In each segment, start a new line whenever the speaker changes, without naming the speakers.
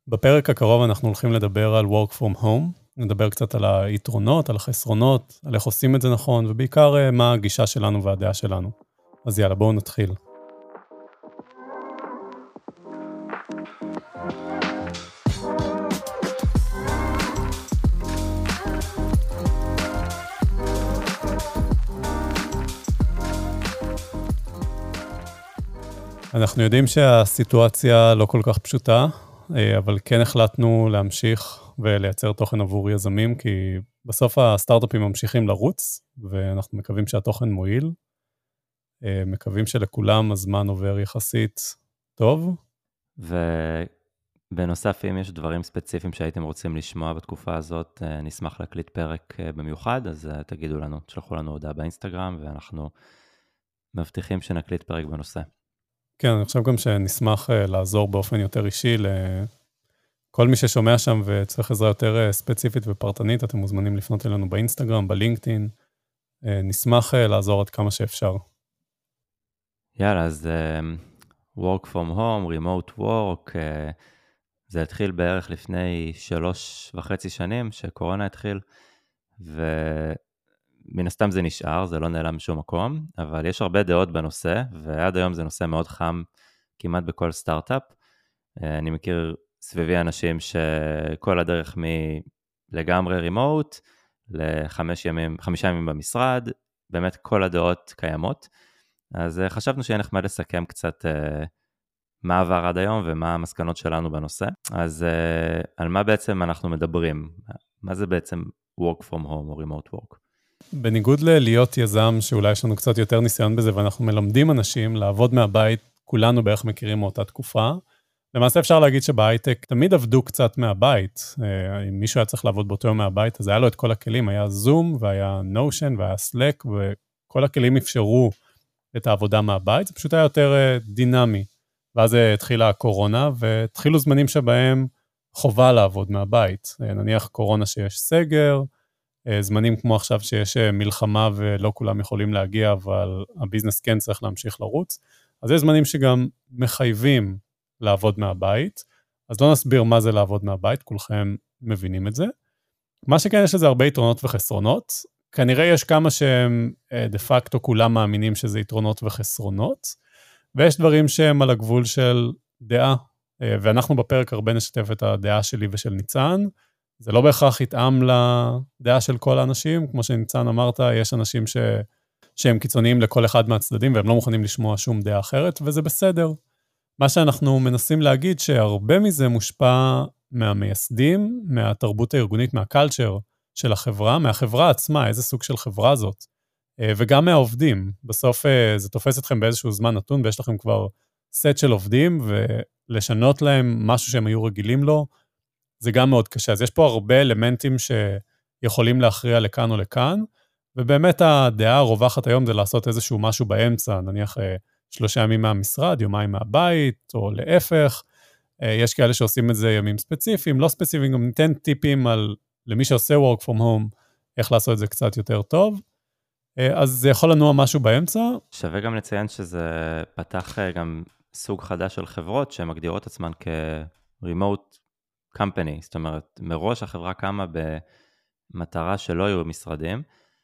בפרק הקרוב אנחנו הולכים לדבר על work from home, נדבר קצת על היתרונות, על החסרונות, על איך עושים את זה נכון, ובעיקר מה הגישה שלנו והדעה שלנו. אז יאללה, בואו נתחיל. אנחנו יודעים שהסיטואציה לא כל כך פשוטה, אבל כן החלטנו להמשיך ולייצר תוכן עבור יזמים, כי בסוף הסטארט-אפים ממשיכים לרוץ, ואנחנו מקווים שהתוכן מועיל, מקווים שלכולם הזמן עובר יחסית טוב.
ובנוסף, אם יש דברים ספציפיים שהייתם רוצים לשמוע בתקופה הזאת, נשמח להקליט פרק במיוחד, אז תגידו לנו, תשלחו לנו הודעה באינסטגרם, ואנחנו מבטיחים שנקליט פרק בנושא.
כן, אני חושב גם שנשמח לעזור באופן יותר אישי לכל מי ששומע שם וצריך עזרה יותר ספציפית ופרטנית, אתם מוזמנים לפנות אלינו באינסטגרם, בלינקדאין, נשמח לעזור עד כמה שאפשר.
יאללה, אז work from home, remote work, זה התחיל בערך לפני 3.5 שנים שקורונה התחיל, ומן הסתם זה נשאר, זה לא נעלם משום מקום, אבל יש הרבה דעות בנושא, ועד היום זה נושא מאוד חם כמעט בכל סטארט-אפ. אני מכיר סביבי אנשים שכל הדרך מלגמרי רימוט, ל5 ימים במשרד, באמת כל הדעות קיימות. אז חשבנו שיהיה נחמד לסכם קצת מה עבר עד היום ומה המסקנות שלנו בנושא. אז על מה בעצם אנחנו מדברים? מה זה בעצם work from home או remote work?
בניגוד ללהיות יזם, שאולי יש לנו קצת יותר ניסיון בזה, ואנחנו מלמדים אנשים לעבוד מהבית, כולנו בערך מכירים מאותה תקופה. למעשה אפשר להגיד שבהייטק תמיד עבדו קצת מהבית. אם מישהו היה צריך לעבוד באותו יום מהבית, אז היה לו את כל הכלים, היה זום והיה נושן והיה סלק, וכל הכלים אפשרו את העבודה מהבית, זה פשוט היה יותר דינמי. ואז התחילה הקורונה, והתחילו זמנים שבהם חובה לעבוד מהבית. נניח קורונה שיש סגר, זמנים כמו עכשיו שיש מלחמה ולא כולם יכולים להגיע, אבל הביזנס כן צריך להמשיך לרוץ. אז יש זמנים שגם מחייבים לעבוד מהבית, אז לא נסביר מה זה לעבוד מהבית, כולכם מבינים את זה. מה שכן, יש לזה הרבה יתרונות וחסרונות, כנראה יש כמה שהם דה פקטו כולם מאמינים שזה יתרונות וחסרונות, ויש דברים שהם על הגבול של דעה, ואנחנו בפרק הרבה נשתף את הדעה שלי ושל ניצן, זה לא בהכרח יתאם לדעה של כל האנשים, כמו שניצן אמרת, יש אנשים שהם קיצוניים לכל אחד מהצדדים, והם לא מוכנים לשמוע שום דעה אחרת, וזה בסדר. מה שאנחנו מנסים להגיד, שהרבה מזה מושפע מהמייסדים, מהתרבות הארגונית, מהקלצ'ר של החברה, מהחברה עצמה, איזה סוג של חברה זאת, וגם מהעובדים. בסוף זה תופס אתכם באיזשהו זמן נתון, ויש לכם כבר סט של עובדים, ולשנות להם משהו שהם היו רגילים לו, זה גם מאוד קשה. אז יש פה הרבה אלמנטים שיכולים להכריע לכאן או לכאן, ובאמת הדעה הרווחת היום זה לעשות איזשהו משהו באמצע, נניח 3 ימים מהמשרד, יומיים מהבית, או להפך. יש כאלה שעושים את זה ימים ספציפיים, לא ספציפיים, גם ניתן טיפים למי שעושה work from home, איך לעשות את זה קצת יותר טוב. אז זה יכול לנוע משהו באמצע.
שווה גם לציין שזה פתח גם סוג חדש של חברות, שמגדירות עצמן כ-remote company, זאת אומרת, מראש החברה קמה במטרה שלא יהיו משרדים,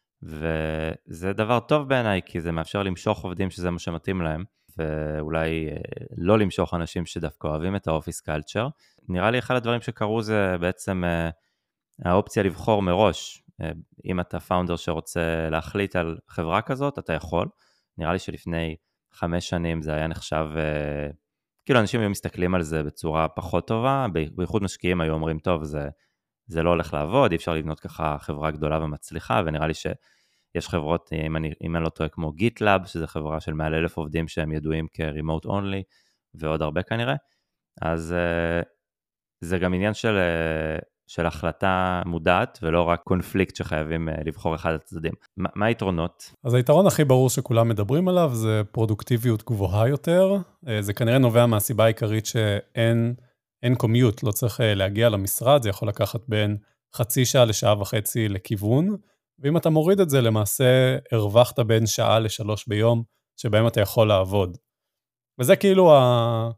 וזה דבר טוב בעיניי, כי זה מאפשר למשוך עובדים שזה מה שמתאים להם, ואולי לא למשוך אנשים שדווקא אוהבים את האופיס קלצ'ר. נראה לי אחד הדברים שקרו זה בעצם האופציה לבחור מראש. אם אתה פאונדר שרוצה להחליט על חברה כזאת, אתה יכול. נראה לי שלפני 5 שנים זה היה נחשב, כאילו אנשים היו מסתכלים על זה בצורה פחות טובה, בייחוד משקיעים היו אומרים, טוב, זה לא הולך לעבוד, אי אפשר לבנות ככה חברה גדולה ומצליחה, ונראה לי שיש חברות, אם אני לא טועה, כמו GitLab, שזו חברה של מעל 1,000 עובדים שהם ידועים כ-remote only, ועוד הרבה כנראה. אז זה גם עניין של החלטה מודעת, ולא רק קונפליקט שחייבים לבחור אחד הצדדים. מה היתרונות?
אז היתרון הכי ברור שכולם מדברים עליו, זה פרודוקטיביות גבוהה יותר. זה כנראה נובע מהסיבה העיקרית שאין קומיוט, לא צריך להגיע למשרד, זה יכול לקחת בין חצי שעה לשעה וחצי לכיוון, ואם אתה מוריד את זה, למעשה הרווחת בין שעה ל3 ביום, שבהם אתה יכול לעבוד. וזה כאילו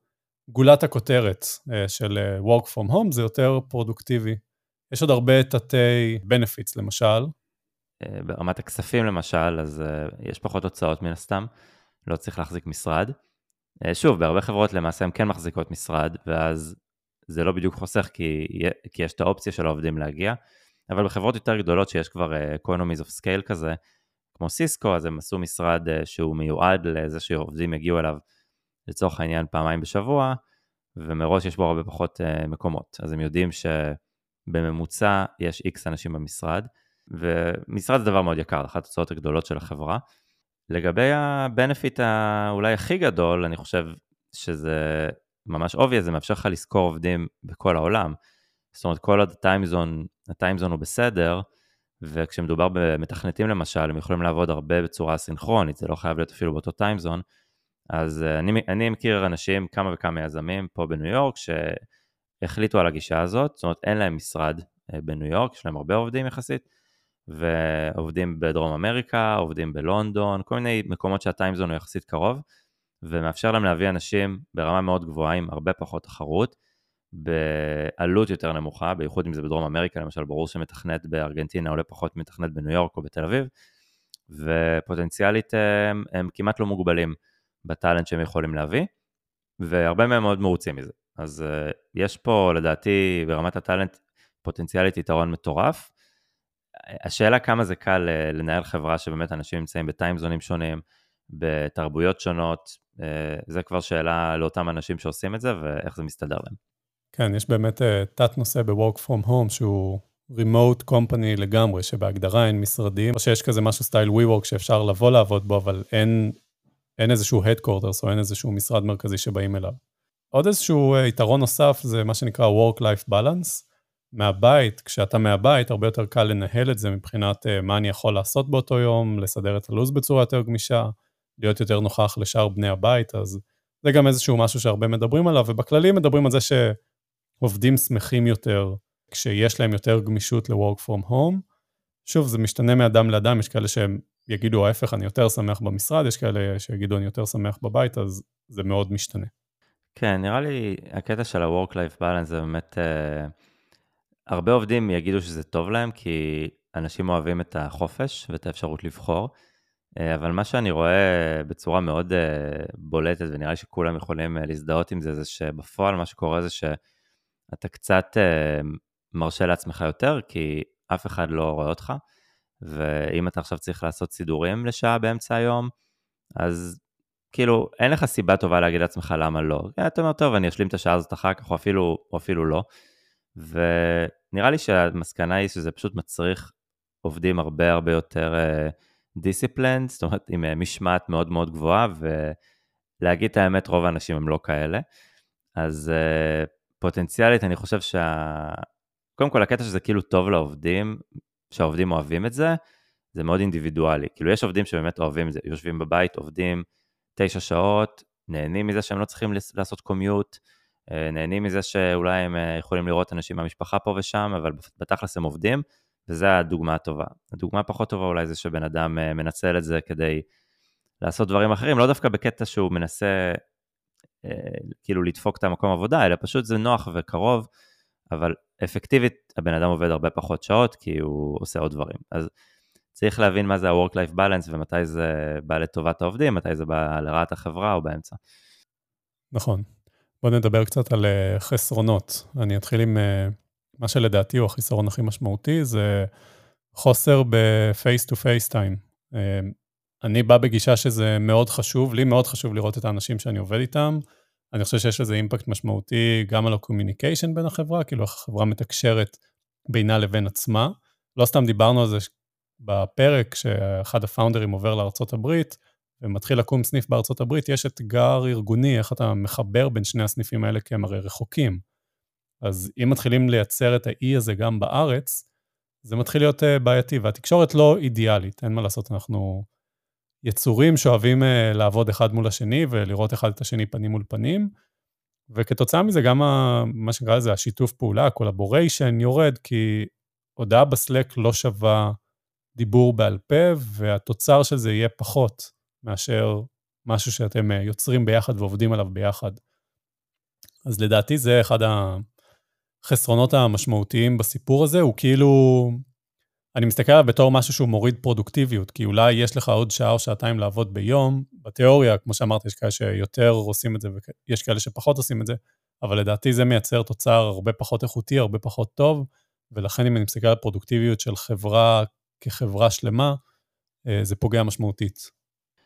גולת הכותרת של work from home, זה יותר פרודוקטיבי. יש עוד הרבה תתי benefits, למשל.
ברמת הכספים למשל, אז יש פחות הוצאות מן הסתם, לא צריך להחזיק משרד. שוב, בהרבה חברות למעשה הן כן מחזיקות משרד, ואז זה לא בדיוק חוסך, כי יש את האופציה של העובדים להגיע, אבל בחברות יותר גדולות שיש כבר economies of scale כזה, כמו סיסקו, אז הם עשו משרד שהוא מיועד לזה שעובדים יגיעו אליו לצורך העניין פעמיים בשבוע, ומראש יש בו הרבה פחות מקומות. אז הם יודעים שבממוצע יש X אנשים במשרד, ומשרד זה דבר מאוד יקר, אחת התוצאות הגדולות של החברה. לגבי הבנפיט אולי הכי גדול, אני חושב שזה ממש obvious, זה מאפשר לך לזכור עובדים בכל העולם. זאת אומרת, כל עוד הטיימזון הוא בסדר, וכשמדובר במתכנתים למשל, הם יכולים לעבוד הרבה בצורה סינכרונית, זה לא חייב להיות אפילו באותו טיימזון. אז אני מכיר אנשים, כמה וכמה יזמים פה בניו יורק, שהחליטו על הגישה הזאת, זאת אומרת, אין להם משרד בניו יורק, יש להם הרבה עובדים יחסית, ועובדים בדרום אמריקה, עובדים בלונדון, כל מיני מקומות שהטיימזון הוא יחסית קרוב, ומאפשר להם להביא אנשים ברמה מאוד גבוהה, עם הרבה פחות תחרות, בעלות יותר נמוכה, בייחוד אם זה בדרום אמריקה, למשל ברור שמתכנת בארגנטינה עולה פחות מתכנת בניו יורק או בתל אביב, ופוטנציאלית הם כמעט לא מוגבלים בטלנט שהם יכולים להביא, והרבה מהם מאוד מרוצים מזה. אז יש פה לדעתי ברמת הטלנט פוטנציאלית יתרון מטורף. השאלה כמה זה קל לנהל חברה שבאמת אנשים נמצאים בטיימזונים שונים, בתרבויות שונות, זה כבר שאלה לאותם אנשים שעושים את זה ואיך זה מסתדר להם.
כן, יש באמת תת נושא ב-work from home שהוא remote company לגמרי, שבהגדרה אין משרדים, או שיש כזה משהו סטייל WeWork שאפשר לבוא לעבוד בו, אבל אין איזשהו headquarters או אין איזשהו משרד מרכזי שבאים אליו. עוד איזשהו יתרון נוסף זה מה שנקרא work-life balance. מהבית, כשאתה מהבית, הרבה יותר קל לנהל את זה מבחינת מה אני יכול לעשות באותו יום, לסדר את הלו"ז בצורה יותר גמישה, להיות יותר נוכח לשאר בני הבית, אז זה גם איזשהו משהו שהרבה מדברים עליו, ובכללי מדברים על זה שעובדים שמחים יותר, כשיש להם יותר גמישות ל-work from home. שוב, זה משתנה מאדם לאדם, יש כאלה שהם יגידו ההפך, אני יותר שמח במשרד, יש כאלה שיגידו אני יותר שמח בבית, אז זה מאוד משתנה.
כן, נראה לי הקטע של ה-work-life balance זה באמת, הרבה עובדים יגידו שזה טוב להם, כי אנשים אוהבים את החופש ואת האפשרות לבחור, אבל מה שאני רואה בצורה מאוד בולטת, ונראה לי שכולם יכולים להזדהות עם זה, זה שבפועל מה שקורה זה שאתה קצת מרשה לעצמך יותר, כי אף אחד לא רואה אותך, ואם אתה עכשיו צריך לעשות סידורים לשעה באמצע היום, אז כאילו אין לך סיבה טובה להגיד לעצמך למה לא. אתה אומר, טוב, אני אשלים את השעה הזאת אחר כך, או אפילו לא. ונראה לי שהמסקנה היא שזה פשוט מצריך עובדים הרבה הרבה יותר דיסציפלנד, זאת אומרת, עם משמעת מאוד מאוד גבוהה, ולהגיד את האמת, רוב האנשים הם לא כאלה. אז פוטנציאלית, אני חושב קודם כל, הקטע שזה כאילו טוב לעובדים, שהעובדים אוהבים את זה, זה מאוד אינדיבידואלי. כאילו, יש עובדים שבאמת אוהבים את זה, יושבים בבית, עובדים 9 שעות, נהנים מזה שהם לא צריכים לעשות קומיוט, נהנים מזה שאולי הם יכולים לראות אנשים מהמשפחה פה ושם, אבל בתכלס הם עובדים, וזה הדוגמה הטובה. הדוגמה הפחות טובה אולי זה שבן אדם מנצל את זה כדי לעשות דברים אחרים, לא דווקא בקטע שהוא מנסה כאילו לדפוק את המקום עבודה, אלא פשוט זה נוח וקרוב, אבל אפקטיבית הבן אדם עובד הרבה פחות שעות, כי הוא עושה עוד דברים. אז צריך להבין מה זה ה-work-life balance, ומתי זה בא לטובת העובדים, מתי זה בא לרעת החברה או באמצע. נכון.
בוא נדבר קצת על חסרונות. אני אתחיל עם מה שלדעתי הוא החיסרון הכי משמעותי, זה חוסר ב-face-to-face time. אני בא בגישה שזה מאוד חשוב, לי מאוד חשוב לראות את האנשים שאני עובד איתם, אני חושב שיש לזה אימפקט משמעותי גם על ה-communication בין החברה, כאילו החברה מתקשרת בינה לבין עצמה. לא סתם דיברנו על זה בפרק שאחד הפאונדרים עובר לארצות הברית, ומתחיל לקום סניף בארצות הברית, יש אתגר ארגוני, איך אתה מחבר בין שני הסניפים האלה, כי הם הרי רחוקים. אז אם מתחילים לייצר את האי הזה גם בארץ, זה מתחיל להיות בעייתי, והתקשורת לא אידיאלית, אין מה לעשות, אנחנו יצורים שאוהבים לעבוד אחד מול השני, ולראות אחד את השני פנים מול פנים, וכתוצאה מזה גם מה שנקרא לזה, השיתוף פעולה, הקולבוריישן יורד, כי הודעה בסלק לא שווה דיבור בעל פה, והתוצר של זה יהיה פחות מאשר משהו שאתם יוצרים ביחד ועובדים עליו ביחד. אז לדעתי זה אחד החסרונות המשמעותיים בסיפור הזה, הוא כאילו, אני מסתכל עליו בתור משהו שהוא מוריד פרודוקטיביות, כי אולי יש לך עוד שעה או שעתיים לעבוד ביום, בתיאוריה, כמו שאמרת, יש כאלה שיותר עושים את זה, ויש כאלה שפחות עושים את זה, אבל לדעתי זה מייצר תוצר הרבה פחות איכותי, הרבה פחות טוב, ולכן אם אני מסתכל על פרודוקטיביות של חברה כחברה שלמה, זה פוגע משמעותית.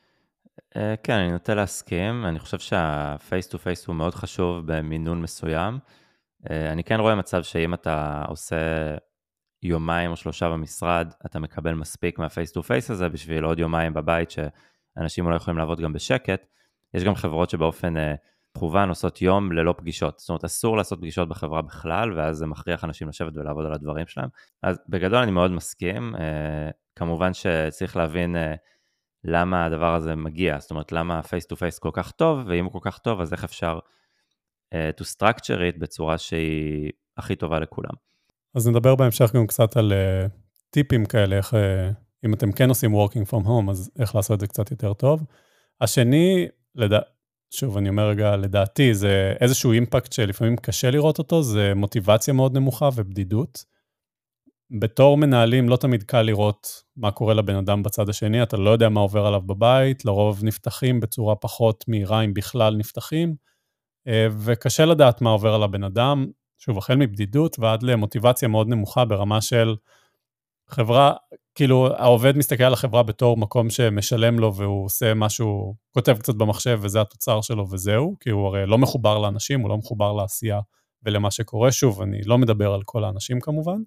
כן, אני נוטה להסכים, אני חושב שהפייס טו פייס הוא מאוד חשוב במינון מסוים. אני כן רואה מצב שאם אתה עושה יומיים או 3 במשרד, אתה מקבל מספיק מהפייס טו פייס הזה בשביל עוד יומיים בבית שאנשים לא יכולים לעבוד גם בשקט. יש גם חברות שבאופן מכוון עושות יום ללא פגישות, זאת אומרת אסור לעשות פגישות בחברה בכלל, ואז זה מכריח אנשים לשבת ולעבוד על הדברים שלהם. אז בגדול אני מאוד מסכים, כמובן שצריך להבין למה הדבר הזה מגיע, זאת אומרת למה הפייס טו פייס כל כך טוב, ואם הוא כל כך טוב אז איך אפשר to structure it בצורה שהיא הכי טובה לכולם.
אז נדבר בהמשך גם קצת על טיפים כאלה, איך, אם אתם כן עושים working from home, אז איך לעשות את זה קצת יותר טוב. השני, שוב, אני אומר רגע, לדעתי, זה איזשהו אימפקט שלפעמים קשה לראות אותו, זה מוטיבציה מאוד נמוכה ובדידות. בתור מנהלים לא תמיד קל לראות מה קורה לבן אדם בצד השני, אתה לא יודע מה עובר עליו בבית, לרוב נפתחים בצורה פחות מהירה אם בכלל נפתחים, וקשה לדעת מה עובר על הבן אדם, שוב, החל מבדידות ועד למוטיבציה מאוד נמוכה ברמה של חברה, כאילו העובד מסתכל על החברה בתור מקום שמשלם לו והוא עושה משהו, כותב קצת במחשב וזה התוצר שלו וזהו, כי הוא הרי לא מחובר לאנשים, הוא לא מחובר לעשייה ולמה שקורה. שוב, אני לא מדבר על כל האנשים כמובן,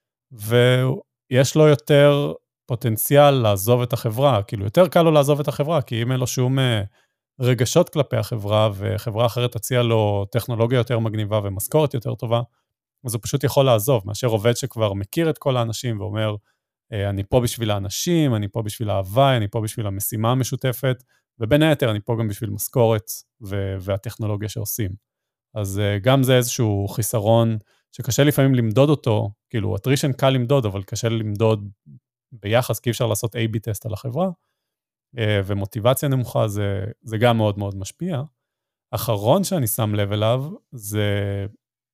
ויש לו יותר פוטנציאל לעזוב את החברה, כאילו יותר קל לו לעזוב את החברה, כי אם אין לו שום רגשות כלפי החברה, וחברה אחרת תציע לו טכנולוגיה יותר מגניבה ומשכורת יותר טובה, אז הוא פשוט יכול לעזוב, מאשר עובד שכבר מכיר את כל האנשים ואומר, אני פה בשביל האנשים, אני פה בשביל ההוואי, אני פה בשביל המשימה המשותפת, ובין היתר אני פה גם בשביל משכורת והטכנולוגיה שעושים. אז גם זה איזשהו חיסרון שקשה לפעמים למדוד אותו, כאילו הטרישן קל למדוד, אבל קשה למדוד ביחס, כי אפשר לעשות A-B טסט על החברה, ומוטיבציה נמוכה זה גם מאוד מאוד משפיע. אחרון שאני שם לב אליו, זה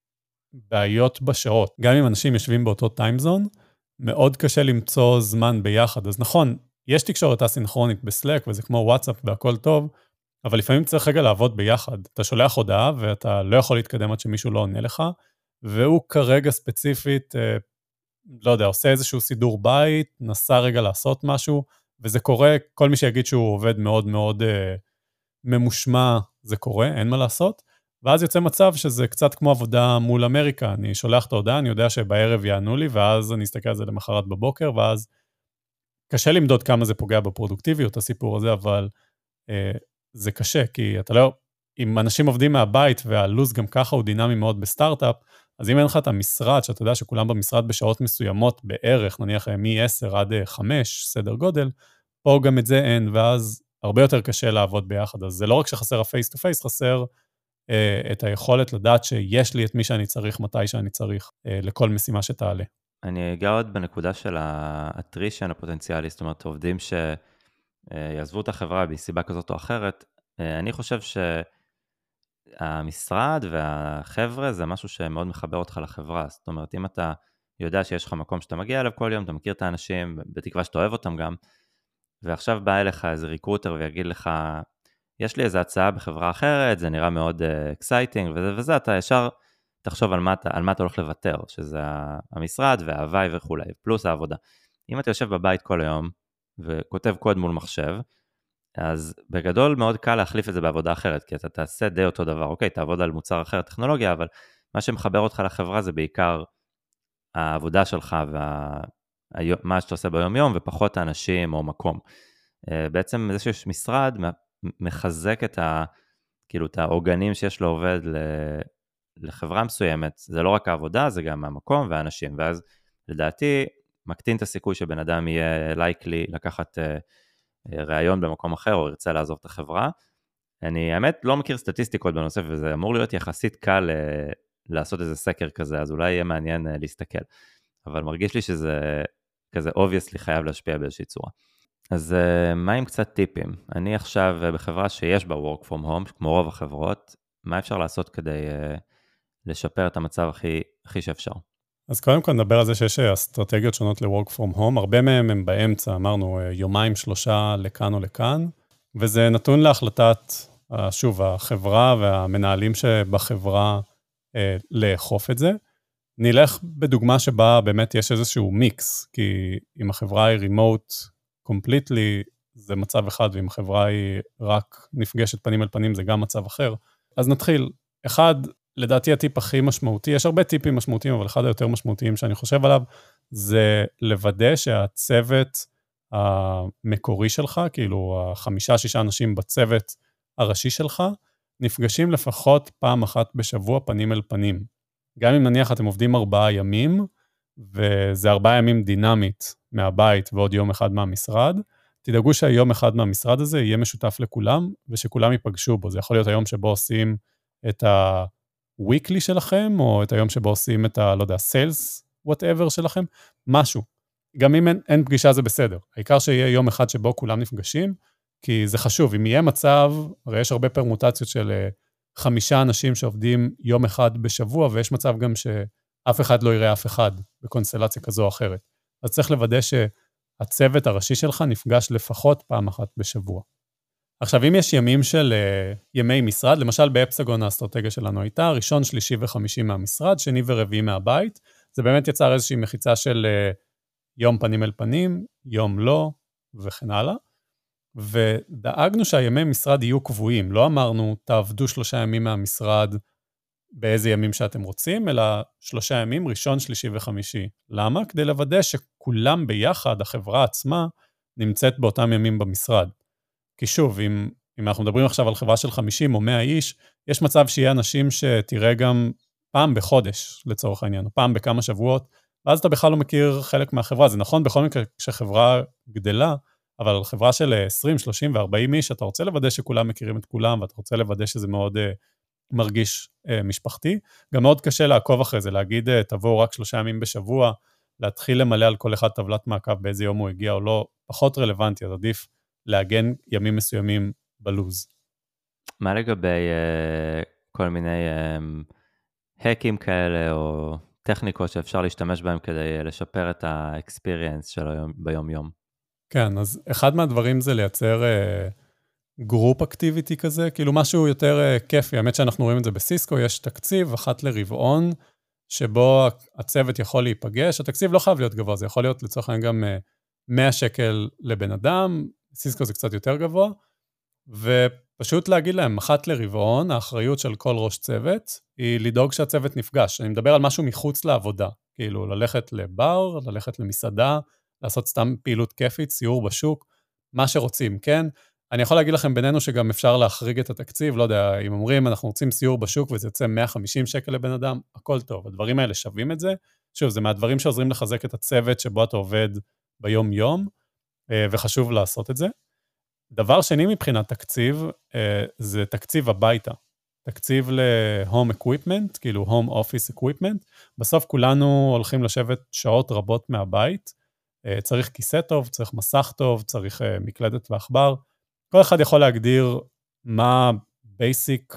בעיות בשעות. גם אם אנשים יושבים באותו טיימזון, מאוד קשה למצוא זמן ביחד. אז נכון, יש תקשורת אסינכרונית בסלק, וזה כמו וואטסאפ והכל טוב, אבל לפעמים צריך רגע לעבוד ביחד. אתה שולח הודעה, ואתה לא יכול להתקדם עד שמישהו לא עונה לך, והוא כרגע ספציפית, לא יודע, עושה איזשהו סידור בית, נסה רגע לעשות משהו, וזה קורה, כל מי שיגיד שהוא עובד מאוד מאוד ממושמע, זה קורה, אין מה לעשות, ואז יוצא מצב שזה קצת כמו עבודה מול אמריקה, אני שולח את ההודעה, אני יודע שבערב יענו לי, ואז אני אסתכל על זה למחרת בבוקר, ואז קשה למדוד כמה זה פוגע בפרודוקטיביות, הסיפור הזה, אבל זה קשה, כי אתה לא, אם אנשים עובדים מהבית, והלוז גם ככה הוא דינמי מאוד בסטארט-אפ, אז אם אין לך את המשרד, שאתה יודע שכולם במשרד בשעות מסוימות בערך, נניח מ-10 עד 5, סדר גודל, פה גם את זה אין, ואז הרבה יותר קשה לעבוד ביחד. אז זה לא רק שחסר הפייס טו פייס, חסר את היכולת לדעת שיש לי את מי שאני צריך, מתי שאני צריך, לכל משימה שתעלה.
אני אגע עוד בנקודה של האטרישן הפוטנציאלי, זאת אומרת, עובדים שיעזבו את החברה בסיבה כזאת או אחרת. אני חושב שהמשרד והחבר'ה זה משהו שמאוד מחבר אותך לחברה. זאת אומרת, אם אתה יודע שיש לך מקום שאתה מגיע אליו כל יום, אתה מכיר את האנשים, בתקווה שאתה אוהב אותם גם, ועכשיו בא אליך איזה ריקרוטר ויגיד לך, יש לי איזו הצעה בחברה אחרת, זה נראה מאוד אקסייטינג וזה, אתה ישר תחשוב על מה אתה הולך לוותר, שזה המשרד וההוואי וכולי, פלוס העבודה. אם אתה יושב בבית כל היום וכותב קוד מול מחשב, אז בגדול מאוד קל להחליף את זה בעבודה אחרת, כי אתה תעשה די אותו דבר, אוקיי, תעבוד על מוצר אחר, טכנולוגיה, אבל מה שמחבר אותך לחברה זה בעיקר העבודה שלך ומה שאתה עושה ביום יום, ופחות האנשים או מקום. בעצם זה שיש משרד מחזק כאילו את העוגנים שיש לעובד לחברה מסוימת, זה לא רק העבודה, זה גם המקום והאנשים, ואז לדעתי מקטין את הסיכוי שבן אדם יהיה לייקלי לקחת רעיון במקום אחר, או ירצה לעזוב את החברה. אני האמת לא מכיר סטטיסטיקות בנושא, וזה אמור להיות יחסית קל לעשות איזה סקר כזה, אז אולי יהיה מעניין להסתכל, אבל מרגיש לי שזה כזה obviously חייב להשפיע באיזושהי צורה. אז מה עם קצת טיפים? אני עכשיו בחברה שיש בה work from home, כמו רוב החברות, מה אפשר לעשות כדי לשפר את המצב הכי שאפשר?
אז קודם כל נדבר על זה שיש אסטרטגיות שונות ל-work from home, הרבה מהם הם באמצע, אמרנו יומיים, שלושה לכאן או לכאן, וזה נתון להחלטת, שוב, החברה והמנהלים שבחברה לאכוף את זה. נלך בדוגמה שבה באמת יש איזשהו מיקס, כי אם החברה היא remote completely, זה מצב אחד, ואם החברה היא רק נפגשת פנים אל פנים, זה גם מצב אחר. אז נתחיל. אחד, לדעתי הטיפ הכי משמעותי, יש הרבה טיפים משמעותיים, אבל אחד היותר משמעותיים שאני חושב עליו, זה לוודא שהצוות המקורי שלך, כאילו 5-6 אנשים בצוות הראשי שלך, נפגשים לפחות פעם אחת בשבוע פנים אל פנים. גם אם נניח אתם עובדים 4 ימים, וזה 4 ימים דינמית מהבית ועוד יום אחד מהמשרד, תדאגו שהיום אחד מהמשרד הזה יהיה משותף לכולם, ושכולם ייפגשו בו. זה יכול להיות היום שבו עושים את ה-weekly שלכם, או את היום שבו עושים את ה, לא יודע, sales, whatever שלכם, משהו. גם אם אין פגישה זה בסדר. העיקר שיהיה יום אחד שבו כולם נפגשים, כי זה חשוב. אם יהיה מצב, הרי יש הרבה פרמוטציות של 5 אנשים שעובדים יום אחד בשבוע, ויש מצב גם שאף אחד לא יראה אף אחד בקונסטלציה כזו או אחרת. אז צריך לוודא שהצוות הראשי שלך נפגש לפחות פעם אחת בשבוע. עכשיו, אם יש ימים של ימי משרד, למשל באפסגון האסטרטגיה שלנו הייתה, ראשון, שלישי וחמישי מהמשרד, שני ורביעי מהבית, זה באמת יצר איזושהי מחיצה של יום פנים אל פנים, יום לא, וכן הלאה. ודאגנו שהימי משרד יהיו קבועים, לא אמרנו, תעבדו 3 ימים מהמשרד באיזה ימים שאתם רוצים, אלא 3 ימים, ראשון, שלישי וחמישי. למה? כדי לוודא שכולם ביחד, החברה עצמה, נמצאת באותם ימים במשרד. כי שוב, אם אנחנו מדברים עכשיו על חברה של 50 או 100 איש, יש מצב שיהיה אנשים שתראה גם פעם בחודש, לצורך העניין, או פעם בכמה שבועות, ואז אתה בכלל לא מכיר חלק מהחברה. זה נכון בכל מקרה כשחברה גדלה, אבל על חברה של 20, 30 ו-40 איש, אתה רוצה לוודא שכולם מכירים את כולם, ואתה רוצה לוודא שזה מאוד מרגיש משפחתי. גם מאוד קשה לעקוב אחרי זה, להגיד תבואו רק 3 ימים בשבוע, להתחיל למלא על כל אחד טבלת מעקב באיזה יום הוא הגיע או לא, פחות רלוונטי, אז עדיף להגן ימים מסוימים בלוז.
מה לגבי כל מיני האקים כאלה, או טכניקות שאפשר להשתמש בהם כדי לשפר את האקספיריאנס של ביום יום?
כן, אז אחד מהדברים זה לייצר גרופ אקטיביטי כזה, כאילו משהו יותר כיפי, האמת שאנחנו רואים את זה בסיסקו, יש תקציב אחת לרבעון, שבו הצוות יכול להיפגש, התקציב לא חייב להיות גבוה, זה יכול להיות לצורך העניין גם 100 שקל לבן אדם, סיסקו זה קצת יותר גבוה, ופשוט להגיד להם, אחת לרבעון, האחריות של כל ראש צוות, היא לדאוג שהצוות נפגש. אני מדבר על משהו מחוץ לעבודה, כאילו ללכת לבר, ללכת למסעדה, לעשות סתם פעילות כיפית, סיור בשוק, מה שרוצים, כן? אני יכול להגיד לכם בינינו שגם אפשר להחריג את התקציב, לא יודע, אם אומרים, אנחנו רוצים סיור בשוק וזה יוצא 150 שקל לבן אדם, הכל טוב, הדברים האלה שווים את זה. שוב, זה מהדברים שעוזרים לחזק את הצוות שבו אתה עובד ביום-יום, וחשוב לעשות את זה. דבר שני מבחינת תקציב, זה תקציב הביתה. תקציב ל-home equipment, כאילו home office equipment. בסוף כולנו הולכים לשבת שעות רבות מהבית. צריך כיסא טוב, צריך מסך טוב, צריך מקלדת ועכבר. כל אחד יכול להגדיר מה basic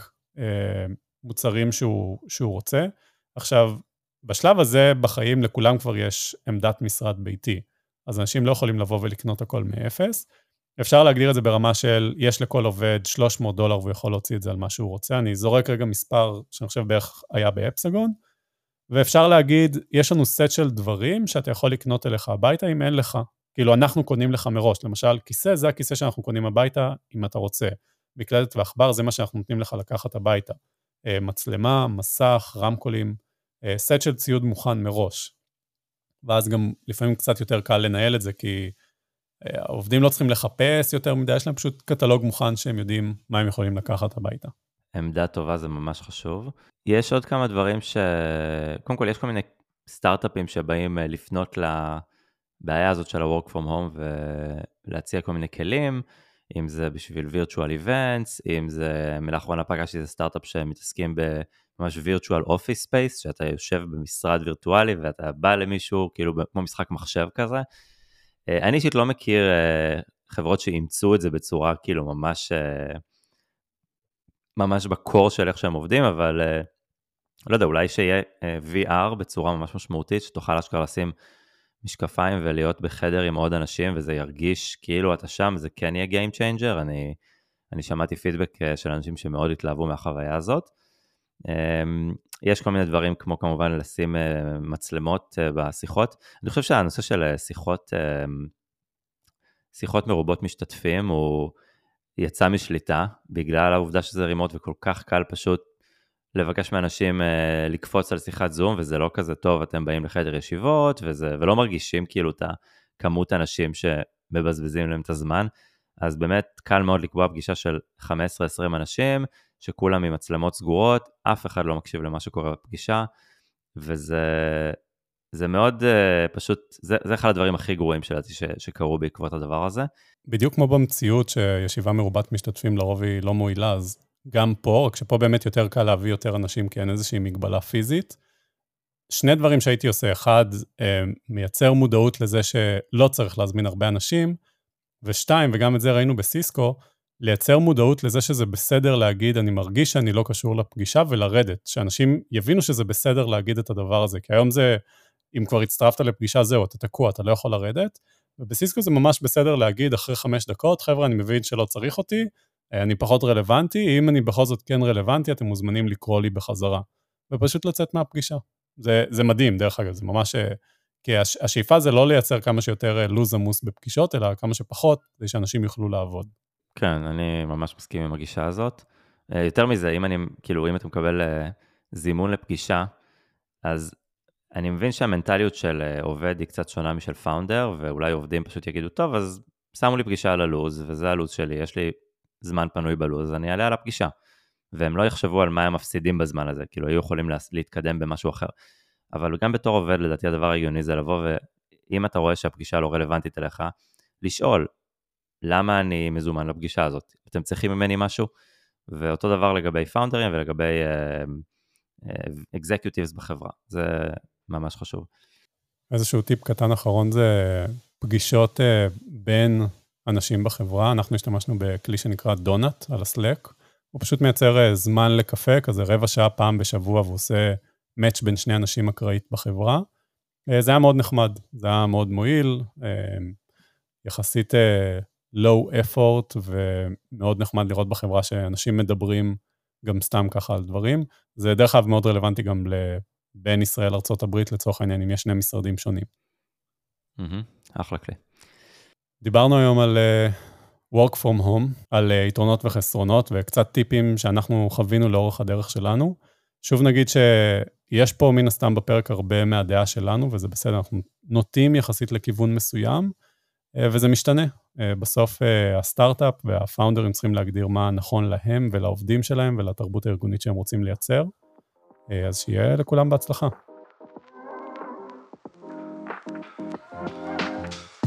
מוצרים שהוא רוצה. עכשיו, בשלב הזה בחיים לכולם כבר יש עמדת משרד ביתי. אז אנשים לא יכולים לבוא ולקנות הכל מאפס. אפשר להגדיר את זה ברמה של, יש לכל עובד $300 והוא יכול להוציא את זה על מה שהוא רוצה. אני זורק רגע מספר שאני חושב בערך היה באפסגון, ואפשר להגיד, יש לנו סט של דברים שאתה יכול לקנות אליך הביתה אם אין לך. כאילו אנחנו קונים לך מראש, למשל כיסא, זה הכיסא שאנחנו קונים הביתה אם אתה רוצה. מקלדת ועכבר זה מה שאנחנו נותנים לך לקחת הביתה. מצלמה, מסך, רמקולים, סט של ציוד מוכן מראש. ואז גם לפעמים קצת יותר קל לנהל את זה, כי העובדים לא צריכים לחפש יותר מדי, יש להם פשוט קטלוג מוכן שהם יודעים מה הם יכולים לקחת הביתה.
עמדה טובה זה ממש חשוב. יש עוד כמה דברים קודם כל יש כל מיני סטארט-אפים שבאים לפנות לבעיה הזאת של ה-work from home ולהציע כל מיני כלים, אם זה בשביל virtual events, אם זה מלאחרונה פגשתי איזה סטארט-אפ שמתעסקים ממש virtual office space, שאתה יושב במשרד וירטואלי ואתה בא למישהו, כאילו כמו משחק מחשב כזה. אני אישית לא מכיר חברות שאימצו את זה בצורה כאילו ממש ממש בקור של איך שהם עובדים, אבל לא יודע, אולי שיהיה VR בצורה ממש משמעותית, שתוכל אשכרה לשים משקפיים ולהיות בחדר עם עוד אנשים, וזה ירגיש כאילו אתה שם, זה כן יהיה Game Changer, אני שמעתי פידבק של אנשים שמאוד התלהבו מהחוויה הזאת. יש כל מיני דברים, כמו כמובן לשים מצלמות בשיחות. אני חושב שהנושא של שיחות מרובות משתתפים, הוא יצא משליטה, בגלל העובדה שזה רימוט, וכל כך קל פשוט לבקש מאנשים לקפוץ על שיחת זום, וזה לא כזה טוב, אתם באים לחדר ישיבות, ולא מרגישים כאילו את כמות האנשים שמבזבזים להם את הזמן, אז באמת קל מאוד לקבוע פגישה של 15-20 אנשים, שכולם עם מצלמות סגורות, אף אחד לא מקשיב למה שקורה בפגישה, וזה מאוד פשוט, זה אחד הדברים הכי גרועים שלדעתי שקרו בעקבות הדבר הזה.
בדיוק כמו במציאות שישיבה מרובת משתתפים לרוב היא לא מועילה, אז גם פה, רק שפה באמת יותר קל להביא יותר אנשים, כי אין איזושהי מגבלה פיזית. שני דברים שהייתי עושה, אחד, מייצר מודעות לזה שלא צריך להזמין הרבה אנשים, ושתיים, וגם את זה ראינו בסיסקו, לייצר מודעות לזה שזה בסדר להגיד, אני מרגיש שאני לא קשור לפגישה, ולרדת, שאנשים יבינו שזה בסדר להגיד את הדבר הזה, כי היום זה, אם כבר הצטרפת לפגישה, זהו, אתה תקוע, אתה לא יכול לרדת, ובסיסקו זה ממש בסדר להגיד אחרי 5 דקות, חבר'ה, אני מבין שלא צריך אותי, אני פחות רלוונטי, אם אני בכל זאת כן רלוונטי, אתם מוזמנים לקרוא לי בחזרה, ופשוט לצאת מהפגישה. זה מדהים, דרך אגב, זה ממש, כי השאיפה זה לא לייצר כמה שיותר לוז עמוס בפגישות, אלא כמה שפחות, כדי שאנשים יוכלו לעבוד.
כן, אני ממש מסכים עם הגישה הזאת. יותר מזה, אם אתה מקבל זימון לפגישה, אז אני מבין שהמנטליות של עובד היא קצת שונה משל פאונדר, ואולי עובדים פשוט יגידו, טוב, אז שמו לי פגישה על הלוז, וזה הלוז שלי, יש לי זמן פנוי בלוז, אני אעלה על הפגישה. והם לא יחשבו על מה הם מפסידים בזמן הזה, כאילו היו יכולים להתקדם במשהו אחר. אבל גם בתור עובד, לדעתי הדבר ההגיוני זה לבוא, ואם אתה רואה שהפגישה לא רלוונטית אליך, לשאול, למה אני מזומן לפגישה הזאת? אתם צריכים ממני משהו? ואותו דבר לגבי פאונדרים ולגבי אקזקיוטיבס בחברה. זה ממש חשוב.
איזשהו טיפ קטן אחרון זה פגישות בין אנשים בחברה. אנחנו השתמשנו בכלי שנקרא דונט על הסלק. הוא פשוט מייצר זמן לקפה, כזה רבע שעה פעם בשבוע, והוא עושה מאץ' בין שני אנשים אקראית בחברה. זה היה מאוד נחמד, זה היה מאוד מועיל, יחסית low effort, ומאוד נחמד לראות בחברה שאנשים מדברים גם סתם ככה על דברים. זה דרך אגב מאוד רלוונטי גם בין ישראל ארצות הברית, לצורך העניין, אם יש שני משרדים שונים.
אחלה כלי.
דיברנו היום על work from home, על יתרונות וחסרונות, וקצת טיפים שאנחנו חווינו לאורך הדרך שלנו. שוב נגיד שיש פה מן הסתם בפרק הרבה מהדעה שלנו, וזה בסדר, אנחנו נוטים יחסית לכיוון מסוים, וזה משתנה. בסוף הסטארט-אפ והפאונדרים צריכים להגדיר מה נכון להם ולעובדים שלהם ולתרבות הארגונית שהם רוצים לייצר. אז שיהיה לכולם בהצלחה.